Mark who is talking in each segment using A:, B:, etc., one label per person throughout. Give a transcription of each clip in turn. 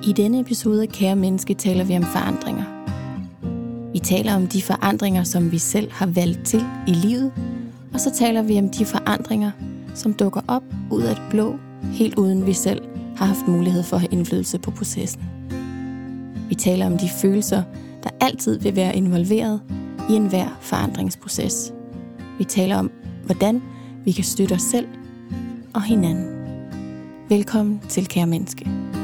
A: I denne episode af Kære Menneske taler vi om forandringer. Vi taler om de forandringer, som vi selv har valgt til i livet, og så taler vi om de forandringer, som dukker op ud af det blå, helt uden vi selv har haft mulighed for at have indflydelse på processen. Vi taler om de følelser, der altid vil være involveret i enhver forandringsproces. Vi taler om, hvordan vi kan støtte os selv og hinanden. Velkommen til Kære Menneske.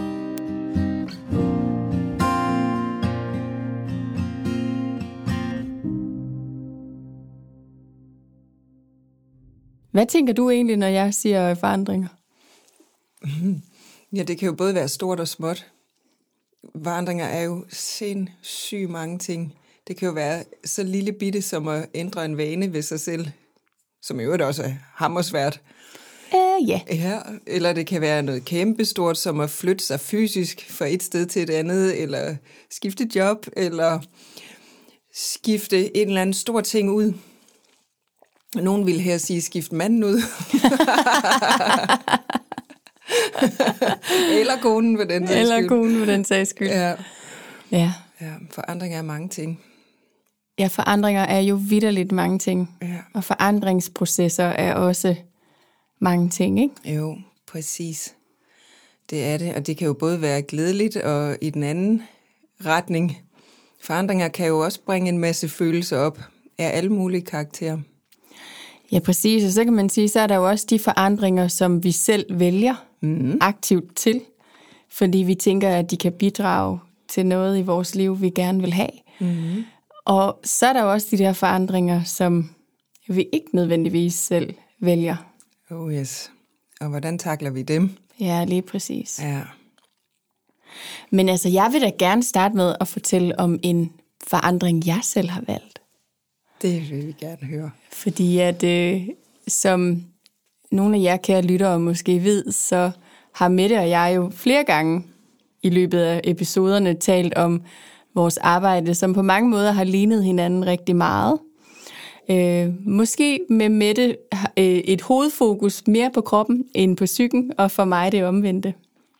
A: Hvad tænker du egentlig, når jeg siger forandringer?
B: Ja, det kan jo både være stort og småt. Forandringer er jo sindssygt mange ting. Det kan jo være så lille bitte som at ændre en vane ved sig selv, som i øvrigt også er hammersvært.
A: Ja.
B: Ja, eller det kan være noget kæmpestort, som at flytte sig fysisk fra et sted til et andet, eller skifte job, eller skifte en eller anden stor ting ud. Nogen vil her sige, skifte manden ud. Eller konen på den sags skyld.
A: Eller konen på den sags skyld.
B: Ja, forandringer er mange ting.
A: Ja, forandringer er jo vitterligt mange ting.
B: Ja.
A: Og forandringsprocesser er også mange ting, ikke?
B: Jo, præcis. Det er det, og det kan jo både være glædeligt og i den anden retning. Forandringer kan jo også bringe en masse følelser op af alle mulige karakterer.
A: Ja, præcis. Og så kan man sige, så er der jo også de forandringer, som vi selv vælger aktivt til, fordi vi tænker, at de kan bidrage til noget i vores liv, vi gerne vil have. Mm-hmm. Og så er der jo også de der forandringer, som vi ikke nødvendigvis selv vælger.
B: Oh yes. Og hvordan takler vi dem?
A: Ja, lige præcis.
B: Ja.
A: Men altså, jeg vil da gerne starte med at fortælle om en forandring, jeg selv har valgt.
B: Det vil vi gerne høre.
A: Fordi at, som nogle af jer kære lyttere måske ved, så har Mette og jeg jo flere gange i løbet af episoderne talt om vores arbejde, som på mange måder har lignet hinanden rigtig meget. Måske med Mette et hovedfokus mere på kroppen end på psyken, og for mig det omvendte.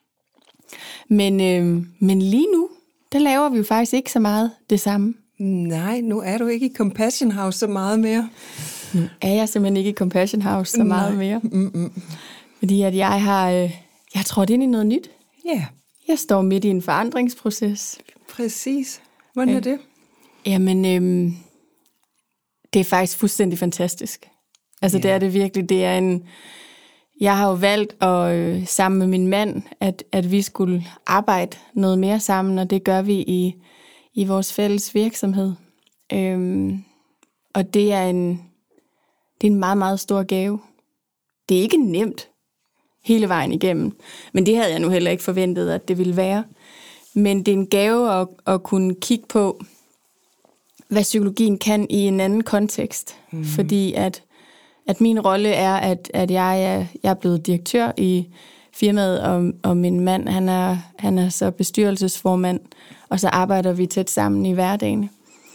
A: Men lige nu, der laver vi jo faktisk ikke så meget det samme.
B: Nej, nu er du ikke i Compassion House så meget mere.
A: Nu er jeg simpelthen ikke i Compassion House så meget mere. Fordi at jeg har trådt ind i noget nyt.
B: Ja. Yeah.
A: Jeg står midt i en forandringsproces.
B: Præcis. Hvordan er det?
A: Jamen, det er faktisk fuldstændig fantastisk. Altså, det er det virkelig. Det er jeg har jo valgt at sammen med min mand, at vi skulle arbejde noget mere sammen, og det gør vi i vores fælles virksomhed. Og det er en meget, meget stor gave. Det er ikke nemt hele vejen igennem, men det havde jeg nu heller ikke forventet, at det ville være. Men det er en gave at kunne kigge på, hvad psykologien kan i en anden kontekst. Mm-hmm. Fordi at min rolle er, at jeg er blevet direktør i firmaet, og min mand, han er så bestyrelsesformand, og så arbejder vi tæt sammen i hverdagen.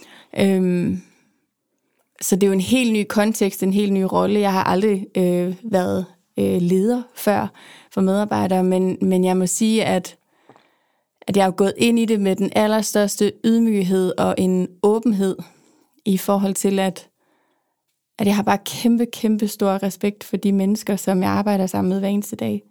A: Så det er jo en helt ny kontekst, en helt ny rolle. Jeg har aldrig været leder før for medarbejdere, men jeg må sige, at jeg har gået ind i det med den allerstørste ydmyghed og en åbenhed i forhold til, at jeg har bare kæmpe stor respekt for de mennesker, som jeg arbejder sammen med hver eneste dag.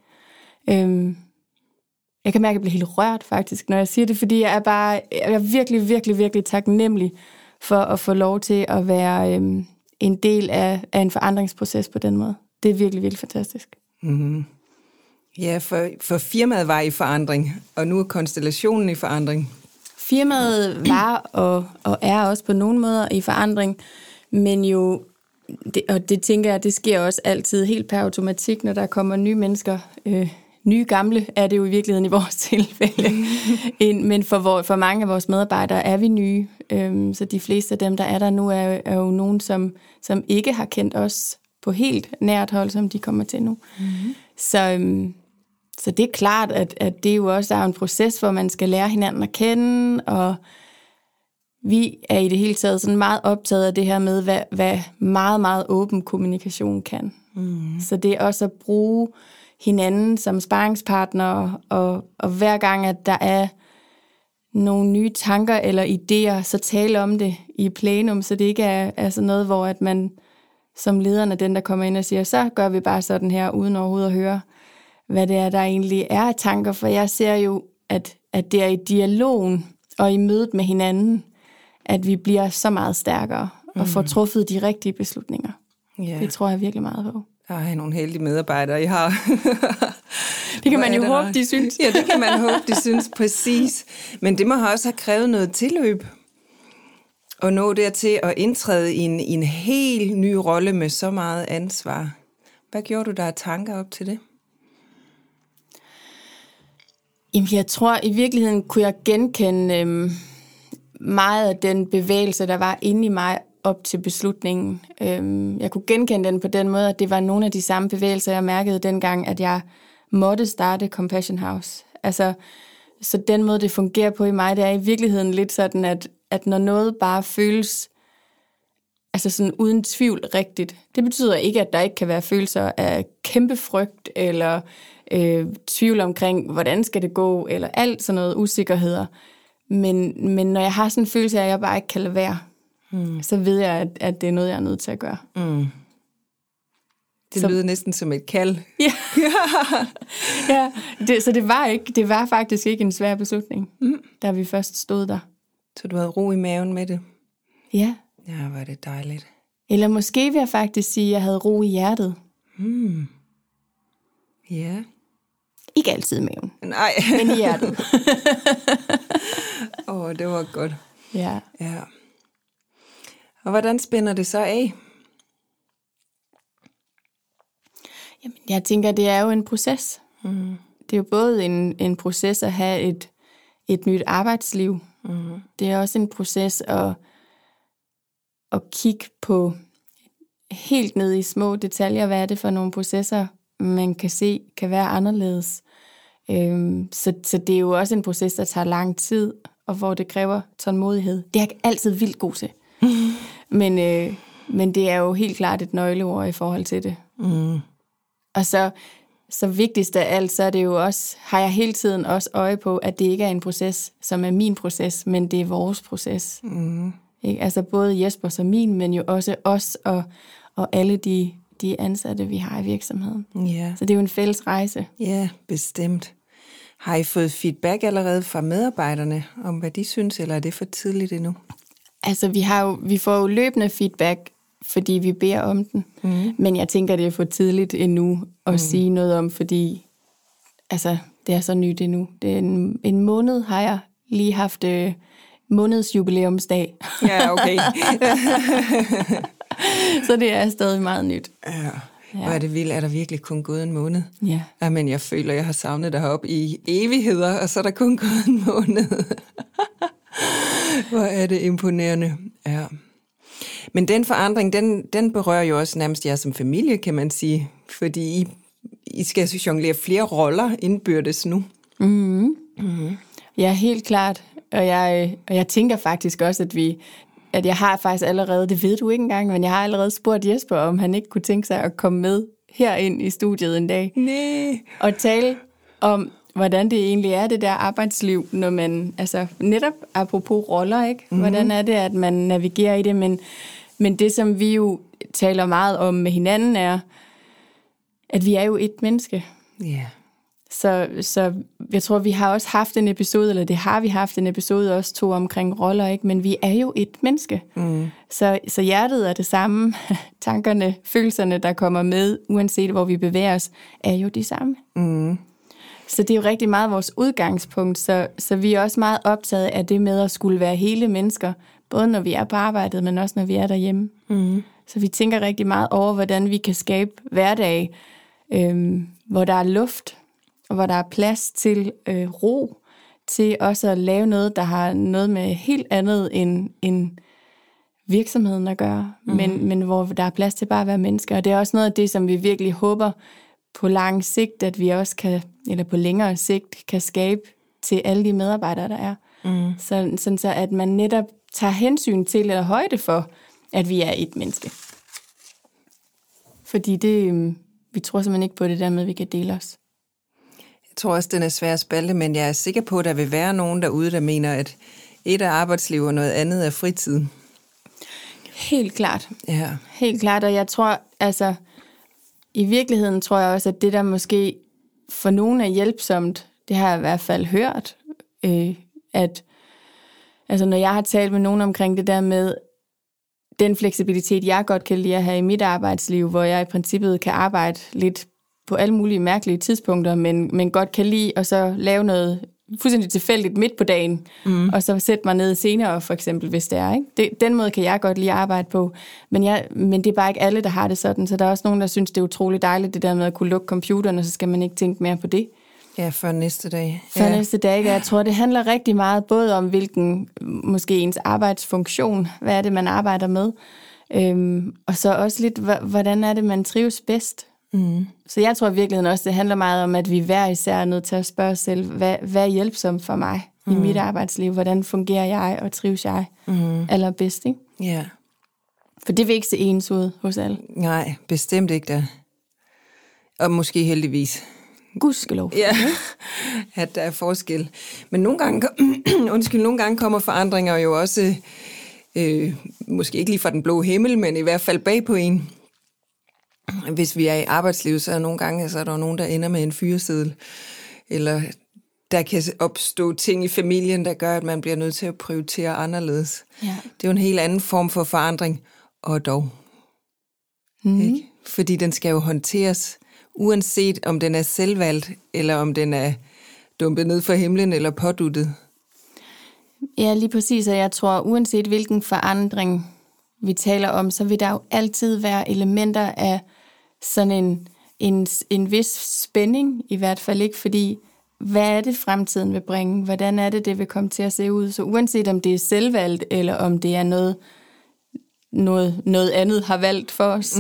A: Jeg kan mærke, at jeg bliver helt rørt faktisk, når jeg siger det, fordi jeg er virkelig taknemmelig for at få lov til at være en del af en forandringsproces på den måde. Det er virkelig fantastisk.
B: Mm-hmm. Ja, for firmaet var i forandring, og nu er konstellationen i forandring.
A: Firmaet var og er også på nogle måder i forandring, men jo, det tænker jeg, det sker også altid helt per automatik, når der kommer nye mennesker. Nye gamle er det jo i virkeligheden i vores tilfælde, men for mange af vores medarbejdere er vi nye, så de fleste af dem, der er der nu, er jo nogen, som ikke har kendt os på helt nært hold, som de kommer til nu. Mm-hmm. Så det er klart, at det jo også er en proces, hvor man skal lære hinanden at kende, og vi er i det hele taget sådan meget optaget af det her med, hvad meget, meget åben kommunikation kan. Mm. Så det er også at bruge hinanden som sparringspartner, og hver gang, at der er nogle nye tanker eller idéer, så tale om det i plenum, så det ikke er sådan noget, hvor at man som lederen er den, der kommer ind og siger, så gør vi bare sådan her, uden overhovedet at høre, hvad det er, der egentlig er af tanker. For jeg ser jo, at det er i dialogen og i mødet med hinanden, at vi bliver så meget stærkere og får truffet de rigtige beslutninger. Yeah. Det tror jeg virkelig meget på.
B: Ej, nogle heldige medarbejdere, I har.
A: Det kan man jo håbe, de synes.
B: Ja, det kan man håbe, de synes, præcis. Men det må også have krævet noget tilløb. Og nå dertil at indtræde i en helt ny rolle med så meget ansvar. Hvad gjorde du der af tanker op til det?
A: Jamen, jeg tror, i virkeligheden kunne jeg genkende meget af den bevægelse, der var inde i mig op til beslutningen. Jeg kunne genkende den på den måde, at det var nogle af de samme bevægelser, jeg mærkede dengang, at jeg måtte starte Compassion House. Altså, så den måde, det fungerer på i mig, det er i virkeligheden lidt sådan, at når noget bare føles altså sådan uden tvivl rigtigt, det betyder ikke, at der ikke kan være følelser af kæmpe frygt, eller tvivl omkring, hvordan skal det gå, eller alt sådan noget usikkerheder. Men når jeg har sådan en følelse af, at jeg bare ikke kan lade være, så ved jeg, at det er noget, jeg er nødt til at gøre.
B: Det lyder næsten som et kald.
A: Ja, ja. Så det var faktisk ikke en svær beslutning, da vi først stod der.
B: Så du havde ro i maven med det?
A: Ja.
B: Ja, var det dejligt.
A: Eller måske vil jeg faktisk sige, at jeg havde ro i hjertet.
B: Ja.
A: Ikke altid i maven.
B: Nej.
A: Men i hjertet.
B: Det var godt.
A: Ja.
B: Og hvordan spænder det så af?
A: Jamen, jeg tænker, det er jo en proces. Det er jo både en proces at have et nyt arbejdsliv. Det er også en proces at kigge på helt ned i små detaljer, hvad er det for nogle processer, man kan se, kan være anderledes. Så det er jo også en proces, der tager lang tid, og hvor det kræver tålmodighed. Det er jeg altid vildt god til. Men det er jo helt klart et nøgleord i forhold til det. Og så vigtigst af alt, så er det jo også, har jeg hele tiden også øje på, at det ikke er en proces, som er min proces, men det er vores proces. Ikke? Altså både Jespers og min, men jo også os og alle de ansatte, vi har i virksomheden.
B: Yeah. Så
A: det er jo en fælles rejse.
B: Ja, bestemt. Har I fået feedback allerede fra medarbejderne om, hvad de synes, eller er det for tidligt endnu?
A: Altså, vi får jo løbende feedback, fordi vi beder om den. Men jeg tænker, det er for tidligt endnu at sige noget om, fordi altså, det er så nyt endnu. Det er en måned har jeg lige haft månedsjubilæumsdag.
B: Ja, okay.
A: Så det er stadig meget nyt.
B: Ja. Hvor er det vildt, er der virkelig kun gået en måned?
A: Ja.
B: Jamen, jeg føler, jeg har savnet dig heroppe i evigheder, og så er der kun gået en måned. Hvor er det imponerende. Ja. Men den forandring, den berører jo også nærmest jer som familie, kan man sige. Fordi I skal jonglere flere roller indbyrdes nu.
A: Ja, helt klart. Og jeg tænker faktisk også, at jeg har faktisk allerede, det ved du ikke engang, men jeg har allerede spurgt Jesper, om han ikke kunne tænke sig at komme med herind i studiet en dag.
B: Nej.
A: Og tale om, hvordan det egentlig er, det der arbejdsliv, når man, altså netop apropos roller, ikke? Hvordan er det, at man navigerer i det, men det, som vi jo taler meget om med hinanden, er, at vi er jo et menneske.
B: Ja. Yeah.
A: Så jeg tror, vi har også haft en episode, eller det har vi haft en episode også to omkring roller, ikke? Men vi er jo et menneske. Så hjertet er det samme. Tankerne, følelserne, der kommer med, uanset hvor vi bevæger os, er jo de samme. Så det er jo rigtig meget vores udgangspunkt, så vi er også meget optaget af det med at skulle være hele mennesker, både når vi er på arbejdet, men også når vi er derhjemme. Så vi tænker rigtig meget over, hvordan vi kan skabe hverdag, hvor der er luft, og hvor der er plads til ro, til også at lave noget, der har noget med helt andet end virksomheden at gøre, men hvor der er plads til bare at være mennesker. Og det er også noget af det, som vi virkelig håber på lang sigt, at vi også kan, eller på længere sigt, kan skabe til alle de medarbejdere, der er. Sådan så, at man netop tager hensyn til eller højde for, at vi er et menneske. Fordi vi tror simpelthen ikke på det der med, at vi kan dele os.
B: Jeg tror også, den er svær at spalte, men jeg er sikker på, at der vil være nogen derude, der mener, at et er arbejdsliv, og noget andet er fritid.
A: Helt klart.
B: Ja.
A: Helt klart, og jeg tror, altså, i virkeligheden tror jeg også, at det der måske for nogen er hjælpsomt, det har jeg i hvert fald hørt, at altså, når jeg har talt med nogen omkring det der med den fleksibilitet, jeg godt kan lide at have i mit arbejdsliv, hvor jeg i princippet kan arbejde lidt på alle mulige mærkelige tidspunkter, men godt kan lide at så lave noget fuldstændig tilfældigt midt på dagen, og så sætte mig ned senere, for eksempel, hvis det er. Ikke? Den måde kan jeg godt lide at arbejde på, men det er bare ikke alle, der har det sådan, så der er også nogen, der synes, det er utroligt dejligt, det der med at kunne lukke computeren, og så skal man ikke tænke mere på det.
B: Ja, for næste dag.
A: For næste dag, jeg tror, det handler rigtig meget både om, hvilken måske ens arbejdsfunktion, hvad er det, man arbejder med, og så også lidt, hvordan er det, man trives bedst. Så jeg tror i virkeligheden også, det handler meget om, at vi hver især er nødt til at spørge os selv, hvad er hjælpsomt for mig i mit arbejdsliv? Hvordan fungerer jeg og trives jeg allerbedst? Ikke?
B: Ja.
A: For det vil ikke se ens ud hos alle.
B: Nej, bestemt ikke da. Og måske heldigvis.
A: Gudskelov.
B: Ja, at der er forskel. Men nogle gange kommer forandringer jo også, måske ikke lige fra den blå himmel, men i hvert fald bag på en. Hvis vi er i arbejdslivet, så er nogle gange så er der nogen, der ender med en fyreseddel. Eller der kan opstå ting i familien, der gør, at man bliver nødt til at prioritere anderledes. Ja. Det er jo en helt anden form for forandring, og dog. Ikke? Fordi den skal jo håndteres, uanset om den er selvvalgt, eller om den er dumpet ned fra himlen, eller påduttet. Ja, lige præcis, og jeg tror, uanset hvilken forandring vi taler om, så vil der jo altid være elementer af sådan en vis spænding, i hvert fald ikke, fordi hvad er det fremtiden vil bringe? Hvordan er det vil komme til at se ud? Så uanset om det er selvvalgt, eller om det er noget andet har valgt for os,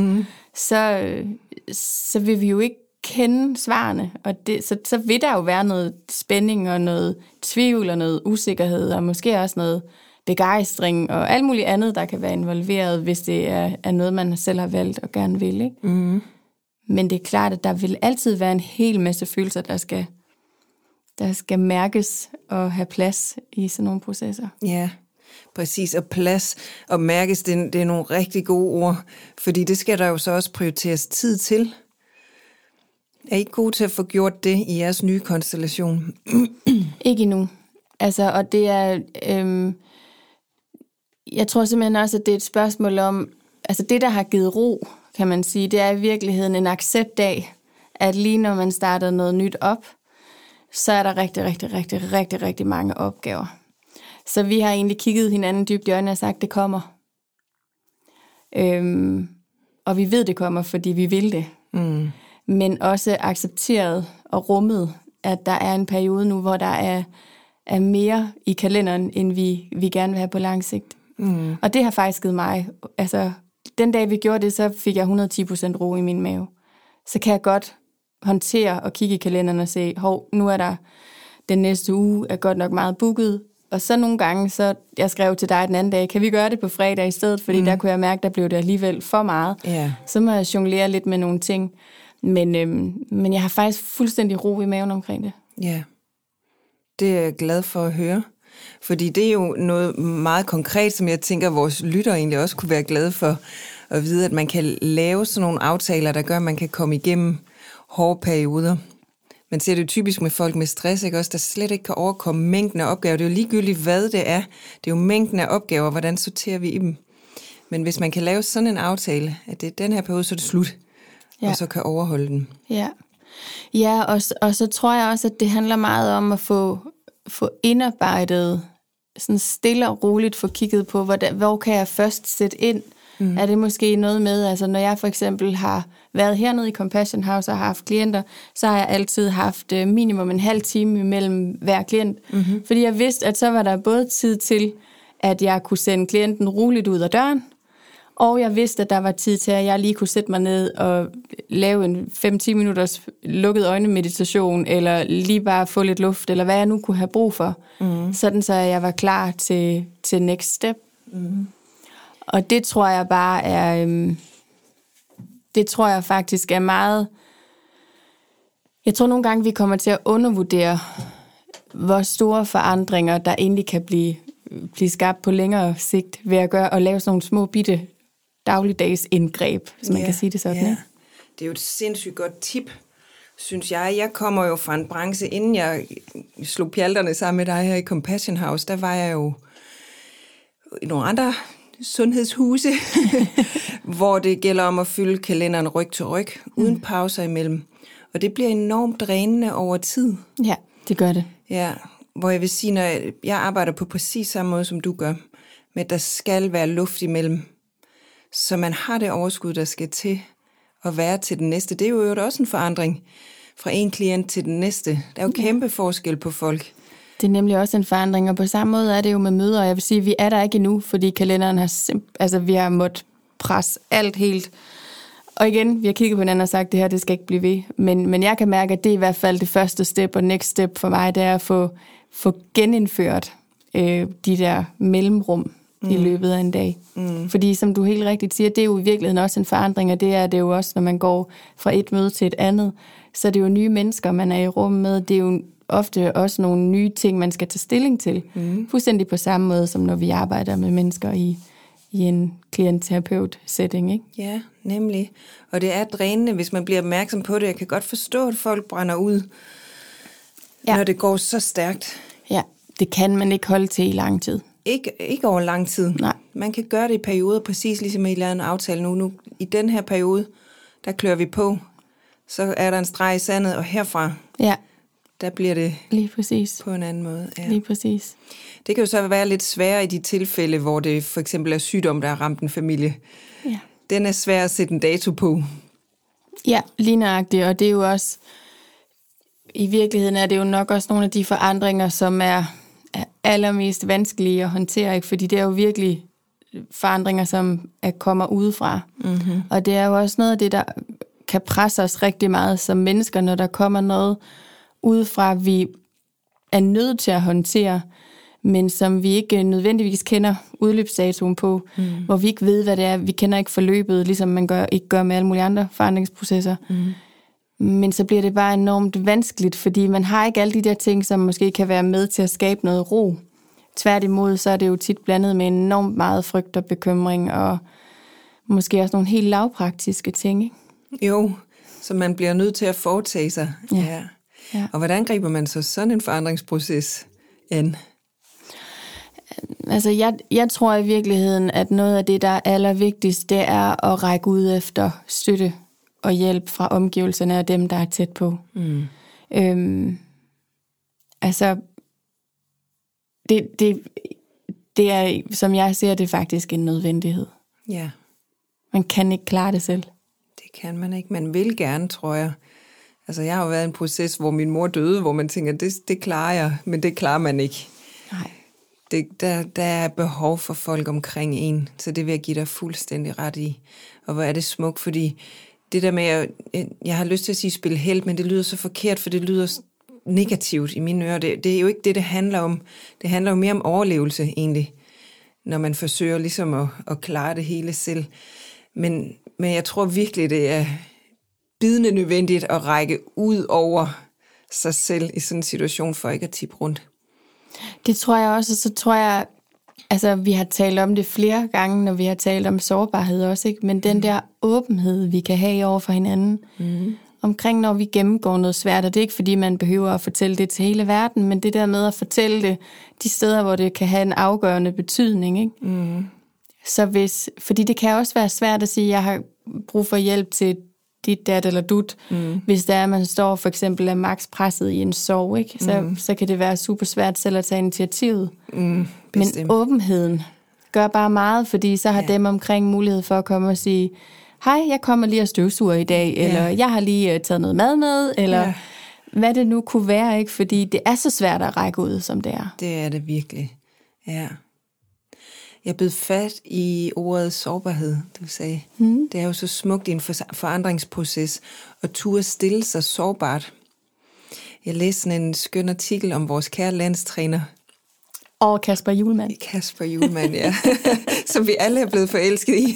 B: så vil vi jo ikke kende svarene, og så vil der jo være noget spænding og noget tvivl og noget usikkerhed, og måske også noget begejstring og alt muligt andet, der kan være involveret, hvis det er noget, man selv har valgt og gerne vil. Ikke? Men det er klart, at der vil altid være en hel masse følelser, der skal mærkes og have plads i sådan nogle processer. Ja, præcis. Og plads og mærkes, det er nogle rigtig gode ord, fordi det skal der jo så også prioriteres tid til. Er I gode til at få gjort det i jeres nye konstellation? Ikke endnu. Altså, og det er... jeg tror simpelthen også, at det er et spørgsmål om... Altså, det, der har givet ro, kan man sige, det er i virkeligheden en accept af, at lige når man starter noget nyt op, så er der rigtig mange opgaver. Så vi har egentlig kigget hinanden dybt i øjnene og sagt, det kommer. Og vi ved, det kommer, fordi vi vil det. Men også accepteret og rummet, at der er en periode nu, hvor der er mere i kalenderen, end vi gerne vil have på lang sigt. Og det har faktisk givet mig, altså den dag vi gjorde det, så fik jeg 110% ro i min mave. Så kan jeg godt håndtere og kigge i kalenderen og se, nu er der den næste uge, er godt nok meget booket. Og så nogle gange, så jeg skrev til dig den anden dag, kan vi gøre det på fredag i stedet? Fordi der kunne jeg mærke, der blev det alligevel for meget. Yeah. Så må jeg jonglere lidt med nogle ting. Men jeg har faktisk fuldstændig ro i maven omkring det. Ja, det er jeg glad for at høre. Fordi det er jo noget meget konkret, som jeg tænker, vores lyttere egentlig også kunne være glade for at vide, at man kan lave sådan nogle aftaler, der gør, at man kan komme igennem hårde perioder. Man ser det jo typisk med folk med stress, ikke også, der slet ikke kan overkomme mængden af opgaver. Det er jo ligegyldigt, hvad det er. Det er jo mængden af opgaver, hvordan sorterer vi i dem. Men hvis man kan lave sådan en aftale, at det er den her periode, så er det slut, og så kan overholde den. Ja, og så tror jeg også, at det handler meget om at få indarbejdet, sådan stille og roligt få kigget på, hvor kan jeg først sætte ind? Er det måske noget med, altså når jeg for eksempel har været hernede i Compassion House og har haft klienter, så har jeg altid haft minimum en halv time imellem hver klient. Fordi jeg vidste, at så var der både tid til, at jeg kunne sende klienten roligt ud af døren, og jeg vidste, at der var tid til, at jeg lige kunne sætte mig ned og lave en 5-10 minutters lukket øjne-meditation, eller lige bare få lidt luft, eller hvad jeg nu kunne have brug for. Sådan så jeg var klar til next step. Og det tror jeg bare
A: det tror jeg faktisk er meget... Jeg tror nogle gange, vi kommer til at undervurdere, hvor store forandringer, der egentlig kan blive skabt på længere sigt, ved at gøre og lave sådan nogle små bitte dagligdags indgreb, hvis man kan sige det sådan.
B: Ja.
A: Ikke?
B: Det er jo et sindssygt godt tip, synes jeg. Jeg kommer jo fra en branche, inden jeg slog pjalterne sammen med dig her i Compassion House, der var jeg jo i nogle andre sundhedshuse, hvor det gælder om at fylde kalenderen ryg til ryg, uden pauser imellem. Og det bliver enormt drænende over tid.
A: Ja, det gør det.
B: Ja, hvor jeg vil sige, når jeg arbejder på præcis samme måde, som du gør, med at der skal være luft imellem, så man har det overskud, der skal til at være til den næste. Det er jo også en forandring fra en klient til den næste. Der er jo kæmpe forskel på folk.
A: Det er nemlig også en forandring, og på samme måde er det jo med møder. Jeg vil sige, at vi er der ikke endnu, fordi kalenderen har vi har måttet presse alt helt. Og igen, vi har kigget på hinanden og sagt, at det her, det skal ikke blive ved. Men jeg kan mærke, at det er i hvert fald det første step, og next step for mig, det er at få genindført de der mellemrum i løbet af en dag. Fordi som du helt rigtigt siger, det er jo i virkeligheden også en forandring, og det er det jo også, når man går fra et møde til et andet. Så det er jo nye mennesker, man er i rum med. Det er jo ofte også nogle nye ting, man skal tage stilling til. Fuldstændig på samme måde, som når vi arbejder med mennesker i en klientterapeut-setting, ikke?
B: Ja, nemlig. Og det er drænende, hvis man bliver opmærksom på det. Jeg kan godt forstå, at folk brænder ud, når det går så stærkt.
A: Ja, det kan man ikke holde til i lang tid.
B: Ikke over lang tid.
A: Nej.
B: Man kan gøre det i perioder, præcis ligesom I lavede en aftale nu. I den her periode, der klør vi på. Så er der en streg i sandet, og herfra, der bliver det
A: lige præcis
B: på en anden måde. Ja.
A: Lige præcis.
B: Det kan jo så være lidt sværere i de tilfælde, hvor det for eksempel er sygdom, der har ramt en familie.
A: Ja.
B: Den er svær at sætte en dato på.
A: Ja, lige nøjagtigt, og det er jo også, i virkeligheden er det jo nok også nogle af de forandringer, som er allermest vanskelige at håndtere, ikke? Fordi det er jo virkelig forandringer, som kommer udefra. Mm-hmm. Og det er jo også noget af det, der kan presse os rigtig meget som mennesker, når der kommer noget udefra, vi er nødt til at håndtere, men som vi ikke nødvendigvis kender udløbsdatoen på, hvor vi ikke ved, hvad det er. Vi kender ikke forløbet, ligesom man ikke gør med alle mulige andre forandringsprocesser. Men så bliver det bare enormt vanskeligt, fordi man har ikke alle de der ting, som måske kan være med til at skabe noget ro. Tværtimod, så er det jo tit blandet med enormt meget frygt og bekymring, og måske også nogle helt lavpraktiske ting, ikke? Jo,
B: så man bliver nødt til at foretage sig. Ja. Og hvordan griber man så sådan en forandringsproces an?
A: Altså, jeg tror i virkeligheden, at noget af det, der er allervigtigst, det er at række ud efter støtte og hjælp fra omgivelserne og dem, der er tæt på. Altså, det er, som jeg ser det, faktisk en nødvendighed.
B: Ja.
A: Man kan ikke klare det selv.
B: Det kan man ikke. Man vil gerne, tror jeg. Altså, jeg har jo været i en proces, hvor min mor døde, hvor man tænker, det klarer jeg, men det klarer man ikke.
A: Nej.
B: Der er behov for folk omkring en, så det vil jeg give dig fuldstændig ret i. Og hvor er det smukt, fordi det der med, jeg har lyst til at sige spille helt, men det lyder så forkert, for det lyder negativt i mine ører. Det er jo ikke det handler om. Det handler jo mere om overlevelse egentlig, når man forsøger ligesom at klare det hele selv. Men jeg tror virkelig, det er bidende nødvendigt at række ud over sig selv i sådan en situation, for ikke at tippe rundt.
A: Det tror jeg også, og så tror jeg, altså vi har talt om det flere gange, når vi har talt om sårbarhed også, ikke? Men den der åbenhed, vi kan have over for hinanden, omkring når vi gennemgår noget svært, og det er ikke fordi, man behøver at fortælle det til hele verden, men det der med at fortælle det de steder, hvor det kan have en afgørende betydning, ikke? Så fordi det kan også være svært at sige, at jeg har brug for hjælp til dit, dat eller dut, hvis der er, man står for eksempel af max presset i en sorg, ikke? Så kan det være super svært selv at tage initiativet. Men åbenheden gør bare meget, fordi så har dem omkring mulighed for at komme og sige, hej, jeg kommer lige og støvsuger i dag, eller jeg har lige taget noget mad med, eller hvad det nu kunne være, ikke? Fordi det er så svært at række ud, som det er.
B: Det er det virkelig, ja. Jeg bed fat i ordet sårbarhed, du sagde. Det er jo så smukt i en forandringsproces, og turde stille sig sårbart. Jeg læste sådan en skøn artikel om vores kære landstræner,
A: Og Kasper Hjulmand.
B: Kasper Hjulmand, ja. Som vi alle er blevet forelsket i.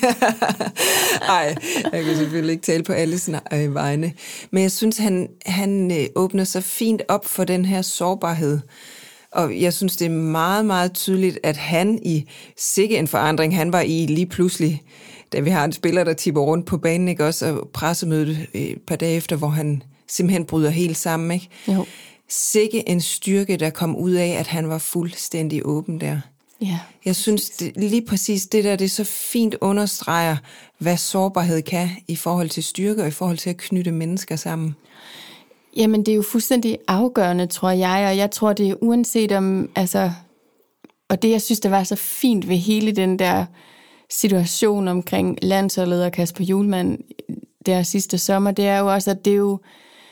B: Ej, jeg kan selvfølgelig ikke tale på alles vegne. Men jeg synes, han åbner så fint op for den her sårbarhed. Og jeg synes, det er meget, meget tydeligt, at han i sikke en forandring, han var i lige pludselig, da vi har en spiller, der tipper rundt på banen, ikke også, og pressemødet et par dage efter, hvor han simpelthen bryder helt sammen, ikke?
A: Jo.
B: Sikke en styrke, der kom ud af, at han var fuldstændig åben der.
A: Ja.
B: Jeg synes lige præcis det der, det så fint understreger, hvad sårbarhed kan i forhold til styrke og i forhold til at knytte mennesker sammen.
A: Jamen, det er jo fuldstændig afgørende, tror jeg, og jeg tror, det er uanset om, altså, og det, jeg synes, der var så fint ved hele den der situation omkring landsholdet og Kasper Hjulmand der sidste sommer, det er jo også, at det er jo,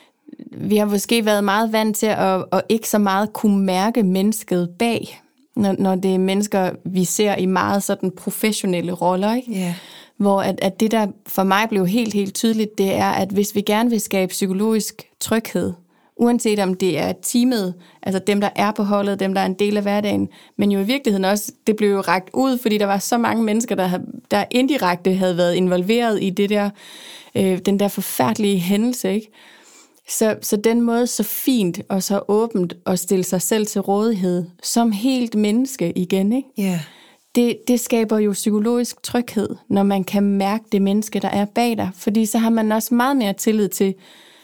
A: vi har måske været meget vant til at ikke så meget kunne mærke mennesket bag, når det er mennesker, vi ser i meget sådan professionelle roller, ikke?
B: Yeah.
A: Hvor at det, der for mig blev helt tydeligt, det er, at hvis vi gerne vil skabe psykologisk tryghed, uanset om det er teamet, altså dem, der er på holdet, dem, der er en del af hverdagen, men jo i virkeligheden også, det blev jo rakt ud, fordi der var så mange mennesker, der indirekte havde været involveret i det der, den der forfærdelige hændelse, ikke? Så den måde så fint og så åbent at stille sig selv til rådighed som helt menneske igen, ikke?
B: Yeah.
A: Det skaber jo psykologisk tryghed, når man kan mærke det menneske, der er bag dig. Fordi så har man også meget mere tillid til,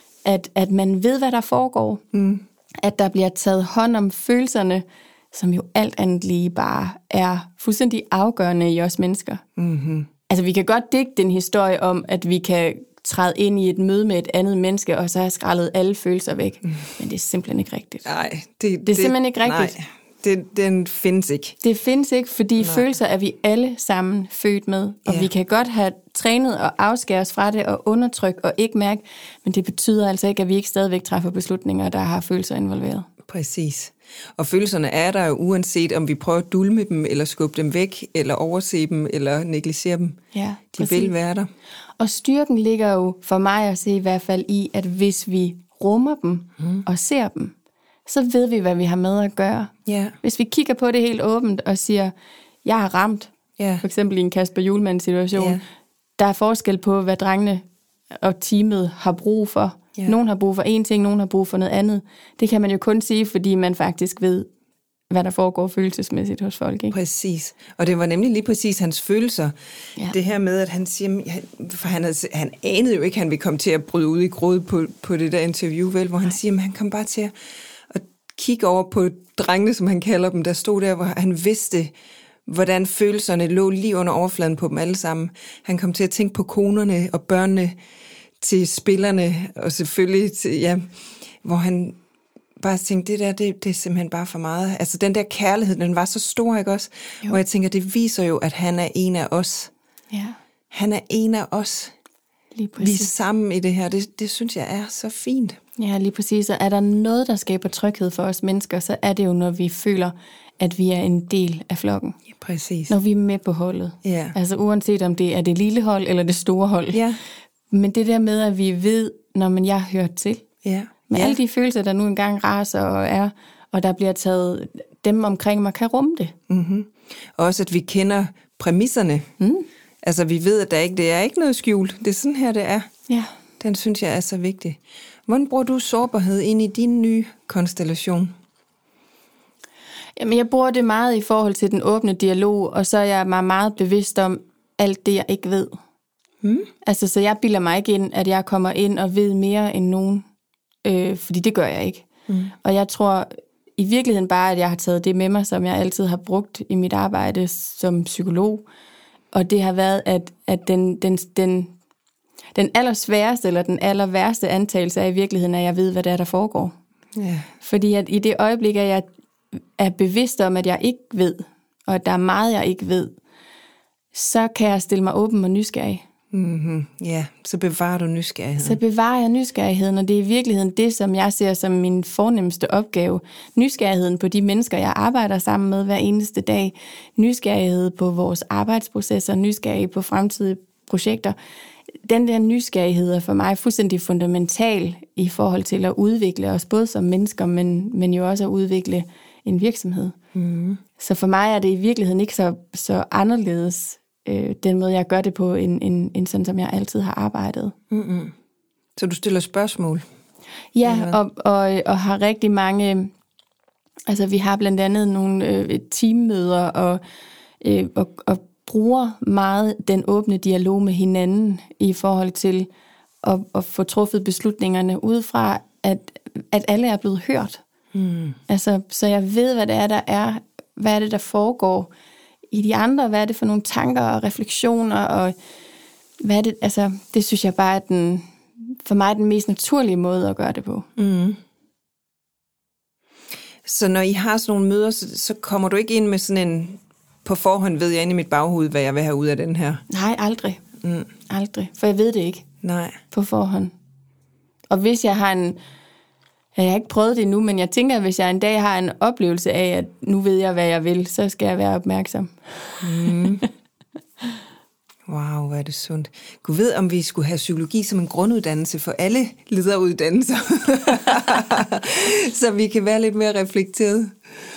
A: at man ved, hvad der foregår. Mm. At der bliver taget hånd om følelserne, som jo alt andet lige bare er fuldstændig afgørende i os mennesker. Mm-hmm. Altså, vi kan godt digte en historie om, at vi kan træde ind i et møde med et andet menneske, og så have skrællet alle følelser væk. Mm. Men det er simpelthen ikke rigtigt.
B: Nej,
A: det er simpelthen ikke rigtigt.
B: Nej. Den findes ikke.
A: Det findes ikke, fordi følelser er vi alle sammen født med. Og vi kan godt have trænet og afskære os fra det og undertrykke og ikke mærke, men det betyder altså ikke, at vi ikke stadigvæk træffer beslutninger, der har følelser involveret.
B: Præcis. Og følelserne er der jo uanset, om vi prøver at dulme dem, eller skubbe dem væk, eller overse dem, eller negligere dem.
A: Ja,
B: de vil være der.
A: Og styrken ligger jo for mig at se i hvert fald i, at hvis vi rummer dem og ser dem, så ved vi, hvad vi har med at gøre.
B: Yeah.
A: Hvis vi kigger på det helt åbent og siger, jeg har ramt, for eksempel i en Kasper Hjulmand-situation, der er forskel på, hvad drengene og teamet har brug for. Nogen har brug for en ting, nogen har brug for noget andet. Det kan man jo kun sige, fordi man faktisk ved, hvad der foregår følelsesmæssigt hos folk. Ikke?
B: Præcis. Og det var nemlig lige præcis hans følelser. Ja. Det her med, at han siger, for han anede jo ikke, at han ville komme til at bryde ud i gråd på det der interview, vel, hvor han siger, at han kom bare til at kigge over på drengene, som han kalder dem, der stod der, hvor han vidste, hvordan følelserne lå lige under overfladen på dem alle sammen. Han kom til at tænke på konerne og børnene til spillerne, og selvfølgelig til, hvor han bare tænkte, det er simpelthen bare for meget. Altså den der kærlighed, den var så stor, ikke også? Jo. Og jeg tænker, det viser jo, at han er en af os.
A: Ja.
B: Han er en af os.
A: Lige præcis.
B: Vi er sammen i det her. Det synes jeg er så fint.
A: Ja, lige præcis. Og er der noget, der skaber tryghed for os mennesker, så er det jo, når vi føler, at vi er en del af flokken.
B: Ja, præcis.
A: Når vi er med på holdet.
B: Ja.
A: Altså uanset om det er det lille hold eller det store hold.
B: Ja.
A: Men det der med, at vi ved, når man jeg hører til.
B: Ja.
A: Med alle de følelser, der nu engang raser og er, og der bliver taget dem omkring mig, kan rumme det.
B: Mm-hmm. Også at vi kender præmisserne. Mm. Altså vi ved, at det er ikke noget skjult. Det er sådan her, det er.
A: Ja.
B: Den synes jeg er så vigtig. Hvordan bruger du sårbarhed ind i din nye konstellation?
A: Jamen, jeg bruger det meget i forhold til den åbne dialog, og så er jeg mig meget bevidst om alt det, jeg ikke ved. Mm. Altså, så jeg bilder mig ikke ind, at jeg kommer ind og ved mere end nogen. Fordi det gør jeg ikke. Mm. Og jeg tror i virkeligheden bare, at jeg har taget det med mig, som jeg altid har brugt i mit arbejde som psykolog. Og det har været, at den allersværeste eller den allerværste antagelse er i virkeligheden, at jeg ved, hvad det er, der foregår. Yeah. Fordi at i det øjeblik, at jeg er bevidst om, at jeg ikke ved, og at der er meget, jeg ikke ved, så kan jeg stille mig åben og nysgerrig.
B: Mm-hmm. Ja, så bevarer du nysgerrigheden.
A: Så bevarer jeg nysgerrigheden, og det er i virkeligheden det, som jeg ser som min fornemmeste opgave. Nysgerrigheden på de mennesker, jeg arbejder sammen med hver eneste dag. Nysgerrighed på vores arbejdsprocesser, nysgerrighed på fremtidige projekter. Den der nysgerrighed er for mig fuldstændig fundamental i forhold til at udvikle os, både som mennesker, men jo også at udvikle en virksomhed. Så for mig er det i virkeligheden ikke så anderledes, den måde, jeg gør det på, end sådan, som jeg altid har arbejdet.
B: Så du stiller spørgsmål?
A: Ja, og har rigtig mange... Altså, vi har blandt andet nogle teammøder, og bruger meget den åbne dialog med hinanden i forhold til at få truffet beslutningerne ud fra, at alle er blevet hørt. Altså, så jeg ved, hvad det er, hvad er det, der foregår i de andre, hvad er det for nogle tanker og refleksioner, og hvad er det, altså, det synes jeg bare er for mig den mest naturlige måde at gøre det på.
B: Så når I har sådan nogle møder, så kommer du ikke ind med sådan en, på forhånd ved jeg inde i mit baghoved, hvad jeg vil have ud af den her?
A: Nej, aldrig. Aldrig, for jeg ved det ikke.
B: Nej.
A: På forhånd. Og hvis jeg har jeg har ikke prøvet det endnu, men jeg tænker, at hvis jeg en dag har en oplevelse af, at nu ved jeg, hvad jeg vil, så skal jeg være opmærksom.
B: Wow, hvor er det sundt. Gud ved, om vi skulle have psykologi som en grunduddannelse for alle lederuddannelser. Så vi kan være lidt mere reflekteret.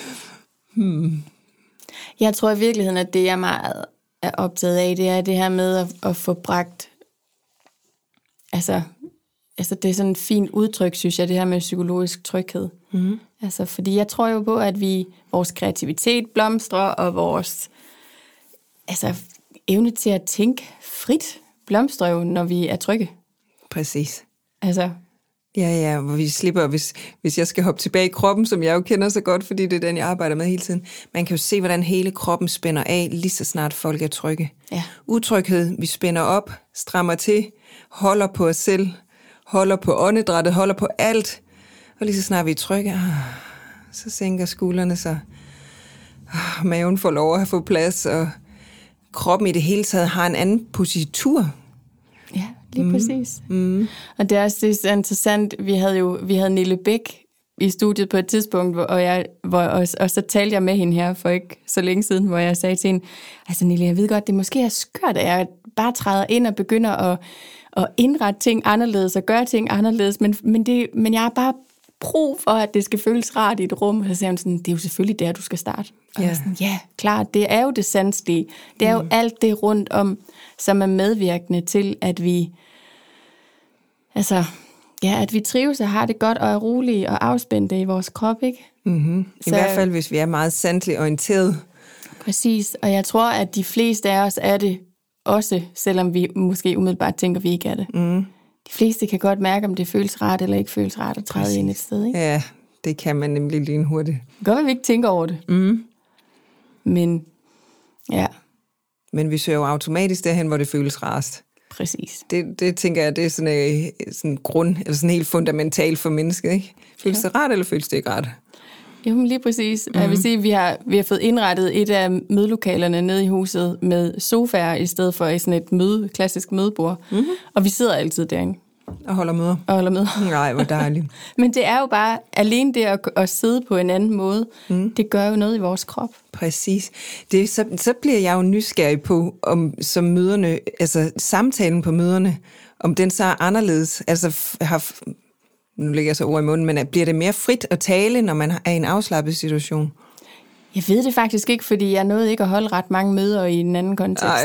A: Jeg tror i virkeligheden, at det, jeg meget er optaget af, det er det her med at få bragt... Altså, det er sådan et fint udtryk, synes jeg, det her med psykologisk tryghed. Altså, fordi jeg tror jo på, at vores kreativitet blomstrer, og vores evne til at tænke frit blomstrer jo, når vi er trygge.
B: Præcis.
A: Altså...
B: Ja, hvor vi slipper, hvis jeg skal hoppe tilbage i kroppen, som jeg jo kender så godt, fordi det er den, jeg arbejder med hele tiden. Man kan jo se, hvordan hele kroppen spænder af, lige så snart folk er trygge.
A: Ja.
B: Utryghed, vi spænder op, strammer til, holder på os selv, holder på åndedrættet, holder på alt. Og lige så snart vi er trygge, så sænker skuldrene sig. Maven får lov at have fået plads, og kroppen i det hele taget har en anden positur.
A: Ja, lige præcis. Og det er også det er interessant, vi havde Nille Bæk i studiet på et tidspunkt, og så talte jeg med hende her for ikke så længe siden, hvor jeg sagde til hende, altså Nille, jeg ved godt, det måske er skørt, at jeg bare træder ind og begynder at indrette ting anderledes og gøre ting anderledes, men jeg har bare brug for, at det skal føles rart i et rum. Og så sagde hun sådan, det er jo selvfølgelig der, du skal starte. Og jeg sådan, ja, klart, det er jo det sanselige. Det er jo alt det rundt om, som er medvirkende til, at vi at vi trives og har det godt og er rolige og afspændte i vores krop, ikke?
B: I hvert fald, hvis vi er meget sanseligt orienteret.
A: Præcis, og jeg tror, at de fleste af os er det også, selvom vi måske umiddelbart tænker, at vi ikke er det. De fleste kan godt mærke, om det føles rart eller ikke føles rart at træde ind et sted, ikke?
B: Ja, det kan man nemlig lynhurtigt.
A: Det kan godt, at vi ikke tænker over det. Men, ja.
B: Men vi søger jo automatisk derhen, hvor det føles rarest.
A: Præcis.
B: Det tænker jeg, det er sådan grund, eller sådan helt fundamentalt for mennesket, ikke? Føles det rart, eller føles det ikke rart?
A: Jo, lige præcis. Jeg vil sige, at vi har fået indrettet et af mødelokalerne nede i huset med sofaer, i stedet for sådan et klassisk mødebord. Og vi sidder altid derinde.
B: Og holder møder. Nej, hvor dejligt.
A: Men det er jo bare, alene det at sidde på en anden måde, det gør jo noget i vores krop.
B: Præcis. Så bliver jeg jo nysgerrig på, om som møderne, altså samtalen på møderne, om den så er anderledes, altså nu lægger jeg så ord i munden, men bliver det mere frit at tale, når man er i en afslappet situation?
A: Jeg ved det faktisk ikke, fordi jeg nåede ikke at holde ret mange møder i en anden kontekst.
B: Ej,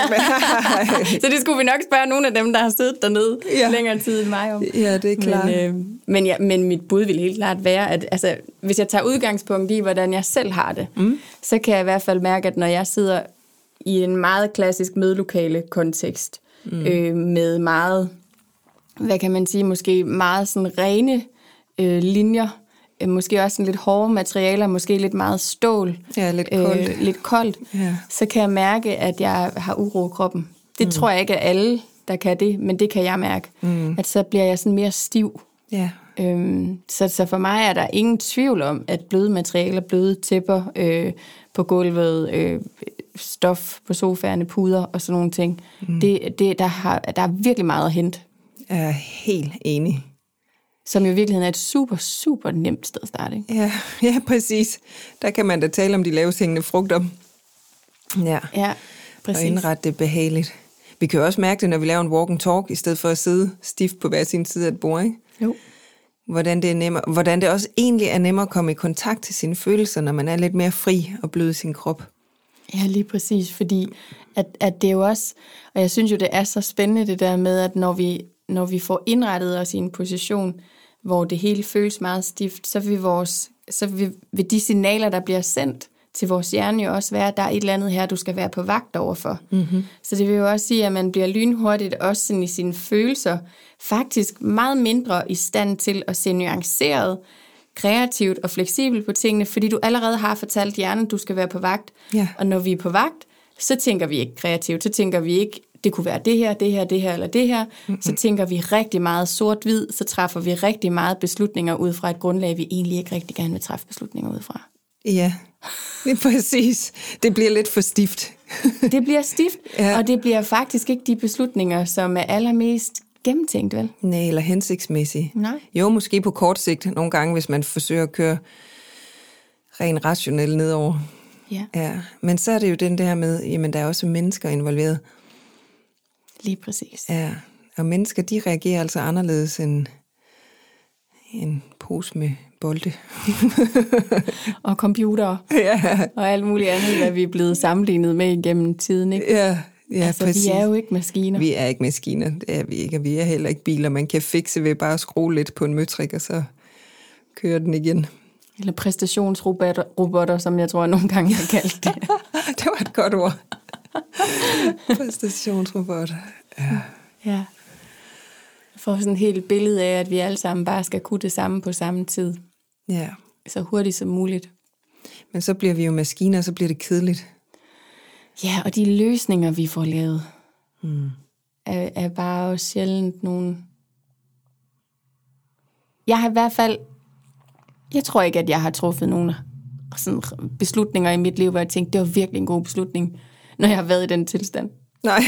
A: så det skulle vi nok spørge nogle af dem, der har siddet dernede længere tid end mig om.
B: Ja, det er klart.
A: Men mit bud vil helt klart være, at altså, hvis jeg tager udgangspunkt i, hvordan jeg selv har det, så kan jeg i hvert fald mærke, at når jeg sidder i en meget klassisk mødelokale kontekst, med meget, hvad kan man sige, måske meget sådan rene linjer, måske også sådan lidt hårde materialer, måske lidt meget stål.
B: Ja, lidt koldt.
A: Ja. Så kan jeg mærke, at jeg har uro i kroppen. Det tror jeg ikke er alle, der kan det, men det kan jeg mærke. At så bliver jeg sådan mere stiv.
B: Ja.
A: Så for mig er der ingen tvivl om, at bløde materialer, bløde tæpper på gulvet, stof på sofaerne, puder og sådan nogle ting, der er virkelig meget at hente.
B: Jeg er helt enig.
A: Som jo i virkeligheden er et super, super nemt sted at starte, ikke?
B: Ja, præcis. Der kan man da tale om de lavest hængende frugter.
A: Ja, præcis.
B: Og indrette det behageligt. Vi kan jo også mærke det, når vi laver en walk and talk, i stedet for at sidde stift på hver sin side af et bord, ikke?
A: Jo.
B: hvordan det også egentlig er nemmere at komme i kontakt til sine følelser, når man er lidt mere fri og blød i sin krop.
A: Ja, lige præcis, fordi at det er jo også, og jeg synes jo, det er så spændende det der med, at når vi får indrettet os i en position, hvor det hele føles meget stift, så vil de signaler, der bliver sendt til vores hjerne jo også være, at der er et eller andet her, du skal være på vagt overfor. Mm-hmm. Så det vil jo også sige, at man bliver lynhurtigt også sådan i sine følelser, faktisk meget mindre i stand til at se nuanceret, kreativt og fleksibelt på tingene, fordi du allerede har fortalt hjernen, du skal være på vagt. Ja. Og når vi er på vagt, så tænker vi ikke kreativt, så tænker vi ikke, det kunne være det her eller det her. Mm-hmm. Så tænker vi rigtig meget sort-hvid, så træffer vi rigtig meget beslutninger ud fra et grundlag, vi egentlig ikke rigtig gerne vil træffe beslutninger ud fra.
B: Ja, det er præcis. Det bliver lidt for stift.
A: Det bliver stift, ja. Og det bliver faktisk ikke de beslutninger, som er allermest gennemtænkt, vel?
B: Nej, eller hensigtsmæssigt.
A: Nej.
B: Jo, måske på kort sigt nogle gange, hvis man forsøger at køre ren rationelt nedover.
A: Ja.
B: Ja. Men så er det jo den der med, jamen der er også mennesker involveret.
A: Lige præcis.
B: Ja, og mennesker, de reagerer altså anderledes end en pose med bolde.
A: Og computere.
B: Ja.
A: Og alt muligt andet, hvad vi er blevet sammenlignet med igennem tiden, ikke?
B: Ja, altså,
A: præcis. Vi er jo ikke maskiner.
B: Vi er ikke maskiner, det er vi ikke, og vi er heller ikke biler. Man kan fikse ved bare at skrue lidt på en møtrik, og så kører den igen.
A: Eller præstationsrobotter, som jeg tror, jeg nogle gange har kaldt det.
B: Det var et godt ord. Præstationsrobotter. Ja.
A: Ja. For sådan et helt billede af, at vi alle sammen bare skal kunne det samme på samme tid.
B: Ja.
A: Så hurtigt som muligt.
B: Men så bliver vi jo maskiner, og så bliver det kedeligt.
A: Ja, og de løsninger, vi får lavet, er bare også sjældent nogen... Jeg har i hvert fald... Jeg tror ikke, at jeg har truffet nogle sådan beslutninger i mit liv, hvor jeg tænkte, det var virkelig en god beslutning, når jeg har været i den tilstand.
B: Nej.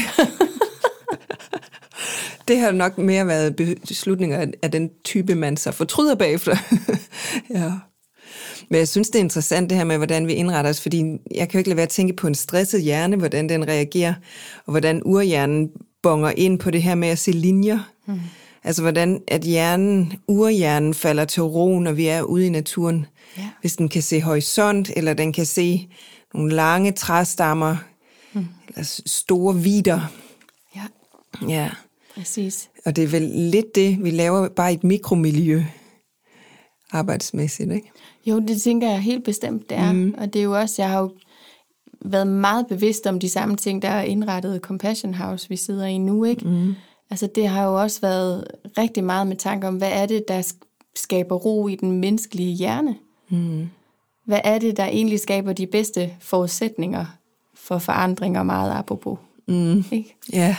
B: Det har nok mere været beslutninger af den type, man så fortryder bagefter. Ja. Men jeg synes, det er interessant det her med, hvordan vi indretter os, fordi jeg kan jo ikke lade være at tænke på en stresset hjerne, hvordan den reagerer, og hvordan urhjernen bonger ind på det her med at se linjer. Mm. Altså hvordan at urhjernen falder til ro, når vi er ude i naturen. Ja. Hvis den kan se horisont, eller den kan se nogle lange træstammer, eller store vidder.
A: Ja.
B: Ja.
A: Præcis.
B: Og det er vel lidt det, vi laver bare i et mikromiljø arbejdsmæssigt, ikke?
A: Jo, det tænker jeg helt bestemt, det er. Og det er jo også, jeg har jo været meget bevidst om de samme ting, der er indrettet Compassion House, vi sidder i nu, ikke? Altså det har jo også været rigtig meget med tanker om, hvad er det, der skaber ro i den menneskelige hjerne? Hvad er det, der egentlig skaber de bedste forudsætninger for forandringer, meget apropos? Ikke?
B: Ja.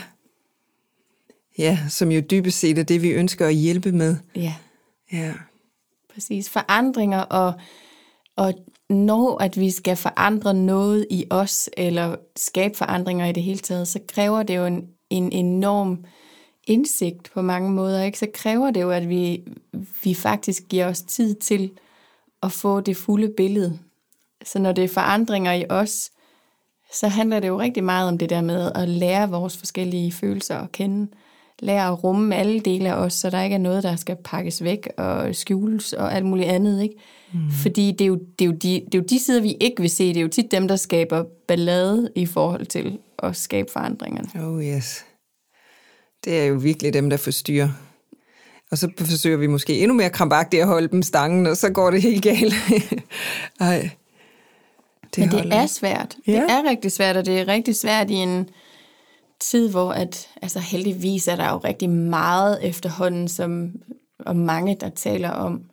B: Ja, som jo dybest set er det, vi ønsker at hjælpe med.
A: Ja.
B: Ja.
A: Præcis. Forandringer, og når at vi skal forandre noget i os, eller skabe forandringer i det hele taget, så kræver det jo en enorm indsigt på mange måder, ikke? Så kræver det jo, at vi faktisk giver os tid til at få det fulde billede. Så når det er forandringer i os, så handler det jo rigtig meget om det der med at lære vores forskellige følelser at kende. Lære at rumme alle dele af os, så der ikke er noget, der skal pakkes væk og skjules og alt muligt andet, ikke? Fordi det er jo de sider, vi ikke vil se. Det er jo tit dem, der skaber ballade i forhold til at skabe forandringerne.
B: Oh yes. Det er jo virkelig dem, der forstyrrer. Og så forsøger vi måske endnu mere krampagtigt at holde dem stangen, og så går det helt galt. Ej.
A: Men det er svært. Ja. Det er rigtig svært, og det er rigtig svært i en tid, hvor altså heldigvis er der jo rigtig meget efterhånden, og mange, der taler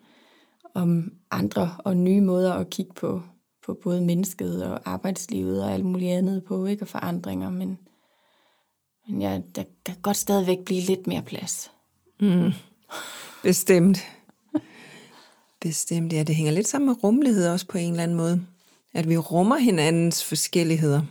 A: om andre og nye måder at kigge på både mennesket og arbejdslivet og alt muligt andet på, ikke? Og forandringer, men ja, der kan godt stadigvæk blive lidt mere plads.
B: Bestemt. Bestemt, ja. Det hænger lidt sammen med rummelighed også på en eller anden måde. At vi rummer hinandens forskelligheder.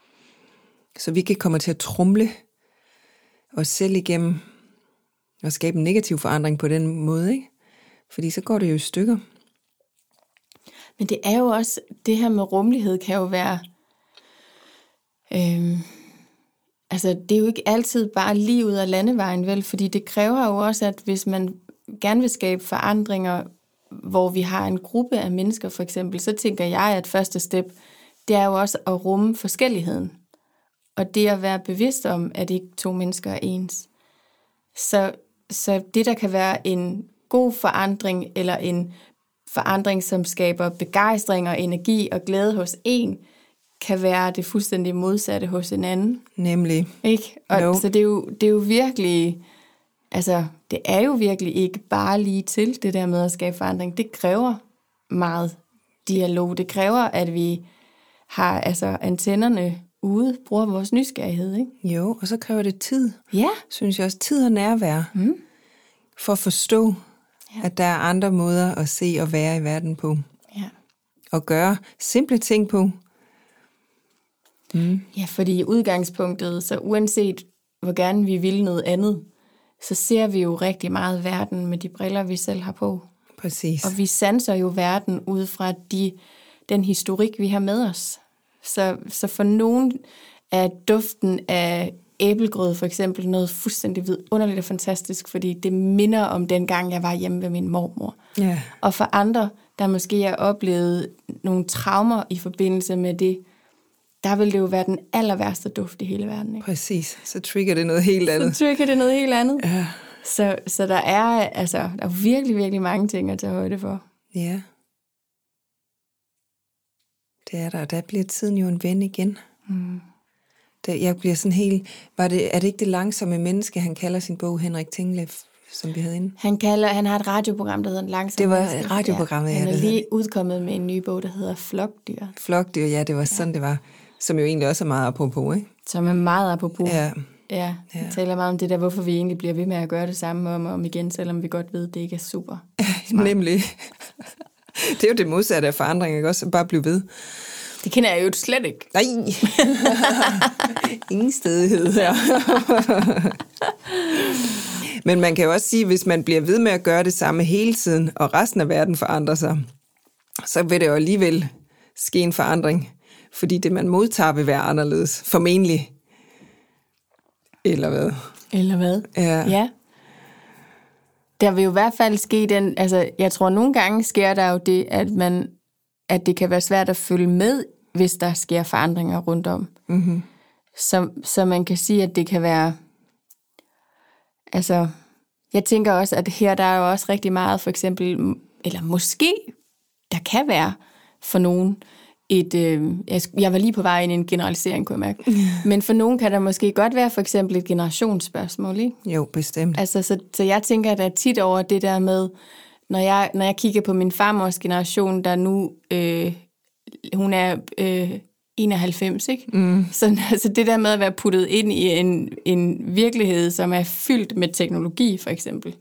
B: Så vi ikke kommer til at tromle os selv igennem og skabe en negativ forandring på den måde, ikke? Fordi så går det jo i stykker.
A: Men det er jo også, det her med rummelighed kan jo være, altså det er jo ikke altid bare lige ud af landevejen, vel? Fordi det kræver jo også, at hvis gerne vil skabe forandringer, hvor vi har en gruppe af mennesker for eksempel, så tænker jeg, at første step, det er jo også at rumme forskelligheden. Og det at være bevidst om, at ikke 2 mennesker er ens. Så det, der kan være en god forandring, eller en forandring, som skaber begejstring og energi og glæde hos en, kan være det fuldstændig modsatte hos en anden.
B: Nemlig.
A: Ikke? Og
B: No.
A: så det er jo virkelig, altså det er jo virkelig ikke bare lige til det der med at skabe forandring. Det kræver meget dialog. Det kræver, at vi har altså antennerne ude, bruger vores nysgerrighed, ikke?
B: Jo, og så kræver det tid.
A: Ja.
B: Synes jeg også, tid og nærvær. For at forstå, at der er andre måder at se og være i verden på.
A: Ja.
B: Og gøre simple ting på.
A: Ja, fordi i udgangspunktet, så uanset hvor gerne vi vil noget andet, så ser vi jo rigtig meget verden med de briller, vi selv har på.
B: Præcis.
A: Og vi sanser jo verden ud fra den historik, vi har med os. Så for nogen er duften af æblegrød for eksempel noget fuldstændig vidunderligt og fantastisk, fordi det minder om den gang, jeg var hjemme ved min mormor.
B: Ja.
A: Og for andre, der måske har oplevet nogle traumer i forbindelse med det, der vil det jo være den aller værste duft i hele verden. Ikke?
B: Præcis. Så trigger det noget helt andet.
A: Så trigger det noget helt andet.
B: Ja.
A: Så der er virkelig, virkelig mange ting at tage højde for.
B: Ja. Det er der, og der bliver tiden jo en ven igen. Jeg bliver sådan helt... er det ikke det langsomme menneske, han kalder sin bog, Henrik Tingleff, som vi havde inde?
A: Han har et radioprogram, der hedder En Langsom
B: Det var
A: Menneske.
B: radioprogrammet,
A: Han er
B: det
A: lige udkommet med en ny bog, der hedder Flokdyr.
B: Flokdyr, ja, det var sådan, det var. Som jo egentlig også er meget apropos, ikke?
A: Som er meget apropos.
B: Ja.
A: Ja, jeg taler meget om det der, hvorfor vi egentlig bliver ved med at gøre det samme om og om igen, selvom vi godt ved, at det ikke er super smart.
B: Nemlig. Det er jo det modsatte af forandring, ikke også? Bare blive ved.
A: Det kender jeg jo slet ikke.
B: Nej! Ingen stedighed her. Men man kan jo også sige, hvis man bliver ved med at gøre det samme hele tiden, og resten af verden forandrer sig, så vil det jo alligevel ske en forandring. Fordi det, man modtager, vil være anderledes. Formentlig. Eller hvad?
A: Eller hvad?
B: Ja.
A: Der vil jo i hvert fald ske den, altså jeg tror nogle gange sker der jo det, at det kan være svært at følge med, hvis der sker forandringer rundt om.
B: Mm-hmm.
A: Så man kan sige, at det kan være, altså jeg tænker også, at her der er jo også rigtig meget for eksempel, eller måske der kan være for nogen jeg var lige på vej ind i en generalisering, kunne jeg mærke. Men for nogen kan der måske godt være for eksempel et generationsspørgsmål, ikke?
B: Jo, bestemt.
A: Altså, så jeg tænker, at der er tit over det der med, når jeg kigger på min farmors generation, der nu, hun er 91, ikke? Så det der med at være puttet ind i en virkelighed, som er fyldt med teknologi, for eksempel.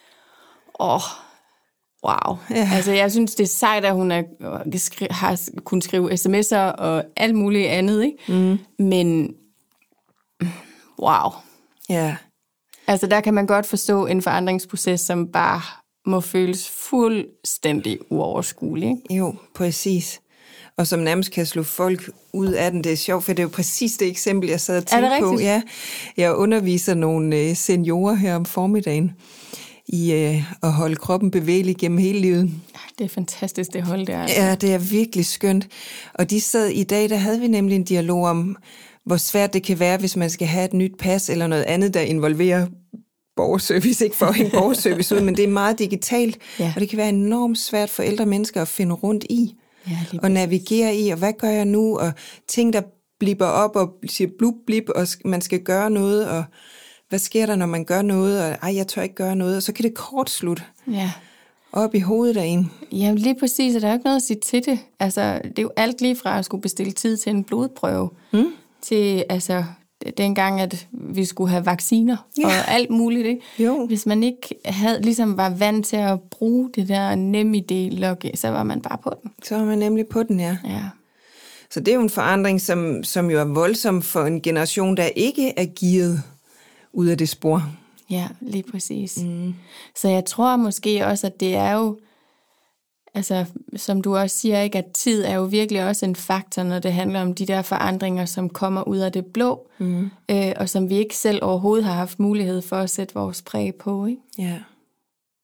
A: Wow. Ja. Altså, jeg synes, det er sejt, at hun har kunnet skrive sms'er og alt muligt andet, ikke? Men, wow.
B: Ja.
A: Altså, der kan man godt forstå en forandringsproces, som bare må føles fuldstændig uoverskuelig, ikke?
B: Jo, præcis. Og som nærmest kan slå folk ud af den. Det er sjovt, for det er jo præcis det eksempel, jeg sad og tænkte på. Ja, jeg underviser nogle seniorer her om formiddagen i at holde kroppen bevægelig gennem hele livet.
A: Det er fantastisk, det hold der. Altså.
B: Ja, det er virkelig skønt. Og de sad i dag, der havde vi nemlig en dialog om, hvor svært det kan være, hvis man skal have et nyt pas eller noget andet, der involverer borgerservice. Ikke for at hænge borgerservice ud, men det er meget digitalt. Ja. Og det kan være enormt svært for ældre mennesker at finde rundt i. Ja, og navigere i, og hvad gør jeg nu? Og ting, der blipper op og siger blub, blip, og man skal gøre noget, og hvad sker der, når man gør noget, og jeg tør ikke gøre noget, og så kan det kortslutte op i hovedet af en.
A: Jamen lige præcis, og der er ikke noget at sige til det. Altså, det er jo alt lige fra at skulle bestille tid til en blodprøve, til altså dengang, at vi skulle have vacciner og alt muligt. Ikke?
B: Jo.
A: Hvis man ikke ligesom var vant til at bruge det der NemID-login, så var man bare på den.
B: Så var man nemlig på den, ja. Så det er jo en forandring, som jo er voldsom for en generation, der ikke er gearet ud af det spor.
A: Ja, lige præcis. Så jeg tror måske også, at det er jo, altså som du også siger, ikke, at tid er jo virkelig også en faktor, når det handler om de der forandringer, som kommer ud af det blå, og som vi ikke selv overhovedet har haft mulighed for at sætte vores præg på. Ikke?
B: Ja.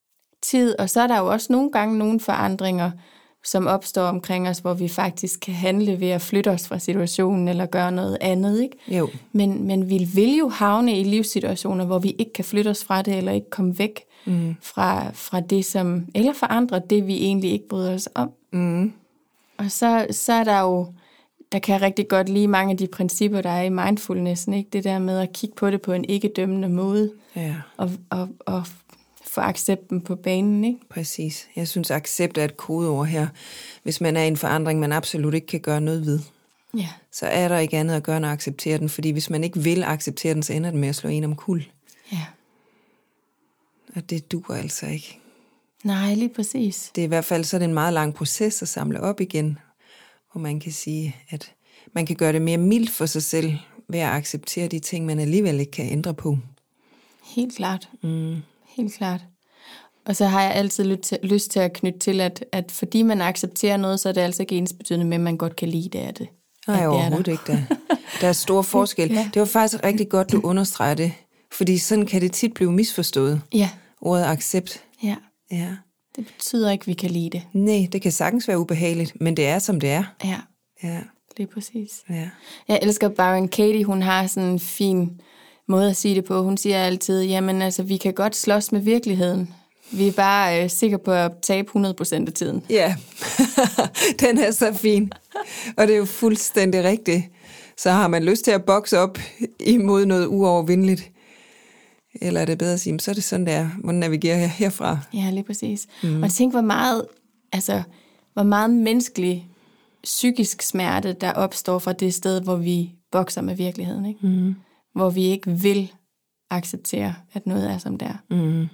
A: tid, og så er der jo også nogle gange nogle forandringer, som opstår omkring os, hvor vi faktisk kan handle ved at flytte os fra situationen eller gøre noget andet, ikke?
B: Jo.
A: Men vi vil jo havne i livssituationer, hvor vi ikke kan flytte os fra det, eller ikke komme væk fra det, som, eller forandre det, vi egentlig ikke bryder os om. Og så er der jo, der kan jeg rigtig godt lide mange af de principper, der er i mindfulnessen, ikke? Det der med at kigge på det på en ikke-dømmende måde, og få accepten på banen, ikke?
B: Præcis. Jeg synes, accept er et kodeord her. Hvis man er i en forandring, man absolut ikke kan gøre noget ved, så er der ikke andet at gøre end at acceptere den, fordi hvis man ikke vil acceptere den, så ender den med at slå en omkuld.
A: Ja.
B: Og det duer altså ikke.
A: Nej, lige præcis.
B: Det er i hvert fald så er det en meget lang proces at samle op igen, hvor man kan sige, at man kan gøre det mere mildt for sig selv ved at acceptere de ting, man alligevel ikke kan ændre på.
A: Helt klart. Helt klart. Og så har jeg altid lyst til at knytte til, at fordi man accepterer noget, så er det altså ikke ensbetydende med, at man godt kan lide det af det.
B: Nej, overhovedet ikke da. Der er stor forskel.
A: Ja.
B: Det var faktisk rigtig godt, du understreger det, fordi sådan kan det tit blive misforstået.
A: Ja.
B: Ordet accept.
A: Ja.
B: Ja.
A: Det betyder ikke, at vi kan lide det.
B: Nej, det kan sagtens være ubehageligt, men det er, som det er.
A: Ja.
B: Ja.
A: Lige præcis.
B: Ja.
A: Jeg elsker Byron Katie, hun har sådan en fin måde at sige det på. Hun siger altid, jamen altså, vi kan godt slås med virkeligheden. Vi er bare sikre på at tabe 100% af tiden.
B: Ja, den er så fin. Og det er jo fuldstændig rigtigt. Så har man lyst til at bokse op imod noget uovervindeligt. Eller er det bedre at sige, så er det sådan, der, hvordan navigerer jeg herfra?
A: Ja, lige præcis. Og tænk, hvor meget menneskelig psykisk smerte, der opstår fra det sted, hvor vi bokser med virkeligheden, ikke? Hvor vi ikke vil acceptere, at noget er, som det er.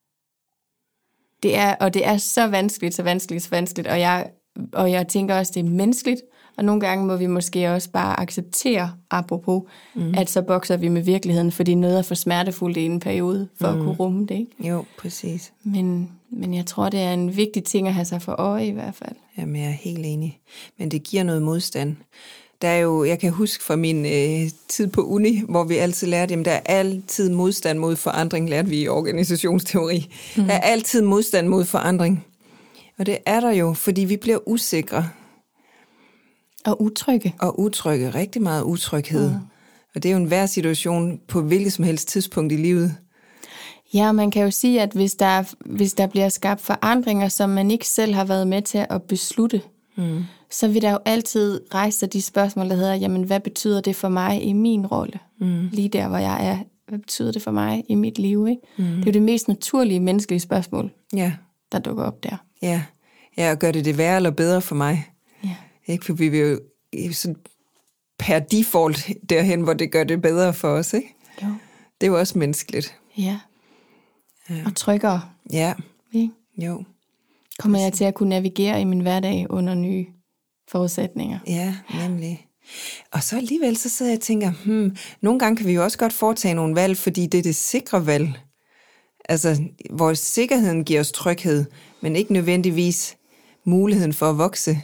A: Det er så vanskeligt, og jeg tænker også, det er menneskeligt, og nogle gange må vi måske også bare acceptere, apropos, at så bokser vi med virkeligheden, fordi noget er for smertefuldt i en periode, for at kunne rumme det, ikke?
B: Jo, præcis.
A: Men jeg tror, det er en vigtig ting at have sig for øje i hvert fald.
B: Jamen, jeg er helt enig. Men det giver noget modstand. Der er jo, jeg kan huske fra min tid på uni, hvor vi altid lærte, at der er altid modstand mod forandring, lærte vi i organisationsteori. Der er altid modstand mod forandring. Og det er der jo, fordi vi bliver usikre.
A: Og utrygge.
B: Og utrygge, rigtig meget utryghed. Og det er jo en hver situation på hvilket som helst tidspunkt i livet.
A: Ja, man kan jo sige, at hvis der bliver skabt forandringer, som man ikke selv har været med til at beslutte, så vil der jo altid rejse sig de spørgsmål, der hedder, jamen, hvad betyder det for mig i min rolle? Lige der, hvor jeg er. Hvad betyder det for mig i mit liv? Ikke? Det er jo det mest naturlige menneskelige spørgsmål, der dukker op der.
B: Ja, og gør det værre eller bedre for mig?
A: Ja.
B: Ikke, for vi vil jo sådan per default derhen, hvor det gør det bedre for os, ikke?
A: Jo.
B: Det er jo også menneskeligt.
A: Ja. Og tryggere.
B: Ja.
A: Ikke?
B: Jo.
A: Kommer jeg til at kunne navigere i min hverdag under nye forudsætninger?
B: Ja, nemlig. Og så alligevel så sidder jeg og tænker, nogle gange kan vi jo også godt foretage nogle valg, fordi det er det sikre valg. Altså, hvor sikkerheden giver os tryghed, men ikke nødvendigvis muligheden for at vokse.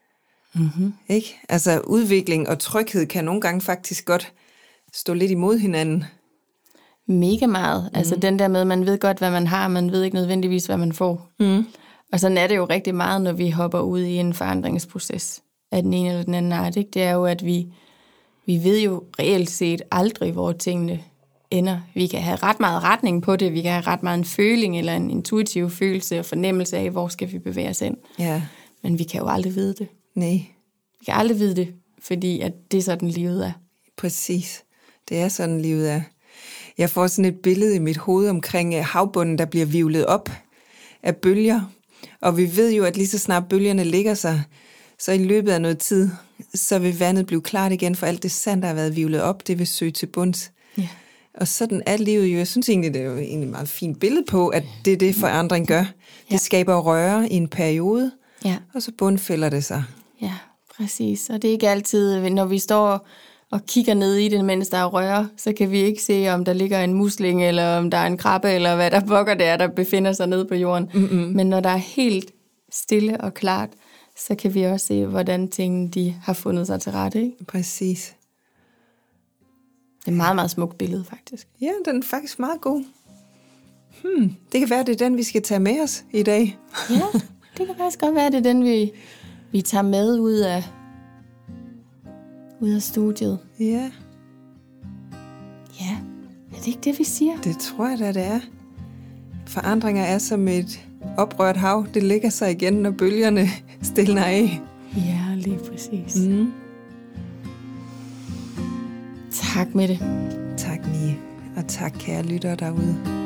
B: Ikke? Altså, udvikling og tryghed kan nogle gange faktisk godt stå lidt imod hinanden.
A: Mega meget. Altså den der med, at man ved godt, hvad man har, man ved ikke nødvendigvis, hvad man får. Og sådan er det jo rigtig meget, når vi hopper ud i en forandringsproces af den ene eller den anden art. Ikke? Det er jo, at vi ved jo reelt set aldrig, hvor tingene ender. Vi kan have ret meget retning på det, vi kan have ret meget en føling eller en intuitiv følelse og fornemmelse af, hvor skal vi bevæge os ind.
B: Ja.
A: Men vi kan jo aldrig vide det.
B: Nej.
A: Vi kan aldrig vide det, fordi at det er sådan, livet er.
B: Præcis. Det er sådan, livet er. Jeg får sådan et billede i mit hoved omkring havbunden, der bliver hvirvlet op af bølger. Og vi ved jo, at lige så snart bølgerne ligger sig, så i løbet af noget tid, så vil vandet blive klart igen, for alt det sand, der har været hvirvlet op, det vil søge til bunds.
A: Ja.
B: Og sådan er livet jo. Jeg synes egentlig, det er jo egentlig et meget fint billede på, at det er det, forandring gør. Det skaber røre i en periode, og så bundfælder det sig.
A: Ja, præcis. Og det er ikke altid, når vi står og kigger ned i det, mens der er røre, så kan vi ikke se, om der ligger en musling, eller om der er en krabbe, eller hvad der pokker der befinder sig nede på jorden. Men når der er helt stille og klart, så kan vi også se, hvordan tingene de har fundet sig til rette. Ikke?
B: Præcis.
A: Det er et meget, meget smukt billede, faktisk.
B: Ja, den er faktisk meget god. det kan være, det er den, vi skal tage med os i dag.
A: Ja, det kan faktisk godt være, det er den, vi tager med ud af studiet.
B: Ja.
A: Ja, er det ikke det, vi siger?
B: Det tror jeg da, det er. Forandringer er som et oprørt hav. Det lægger sig igen, når bølgerne stilner af.
A: Ja, lige præcis. Tak med det.
B: Tak, Mie. Og tak, kære lyttere derude.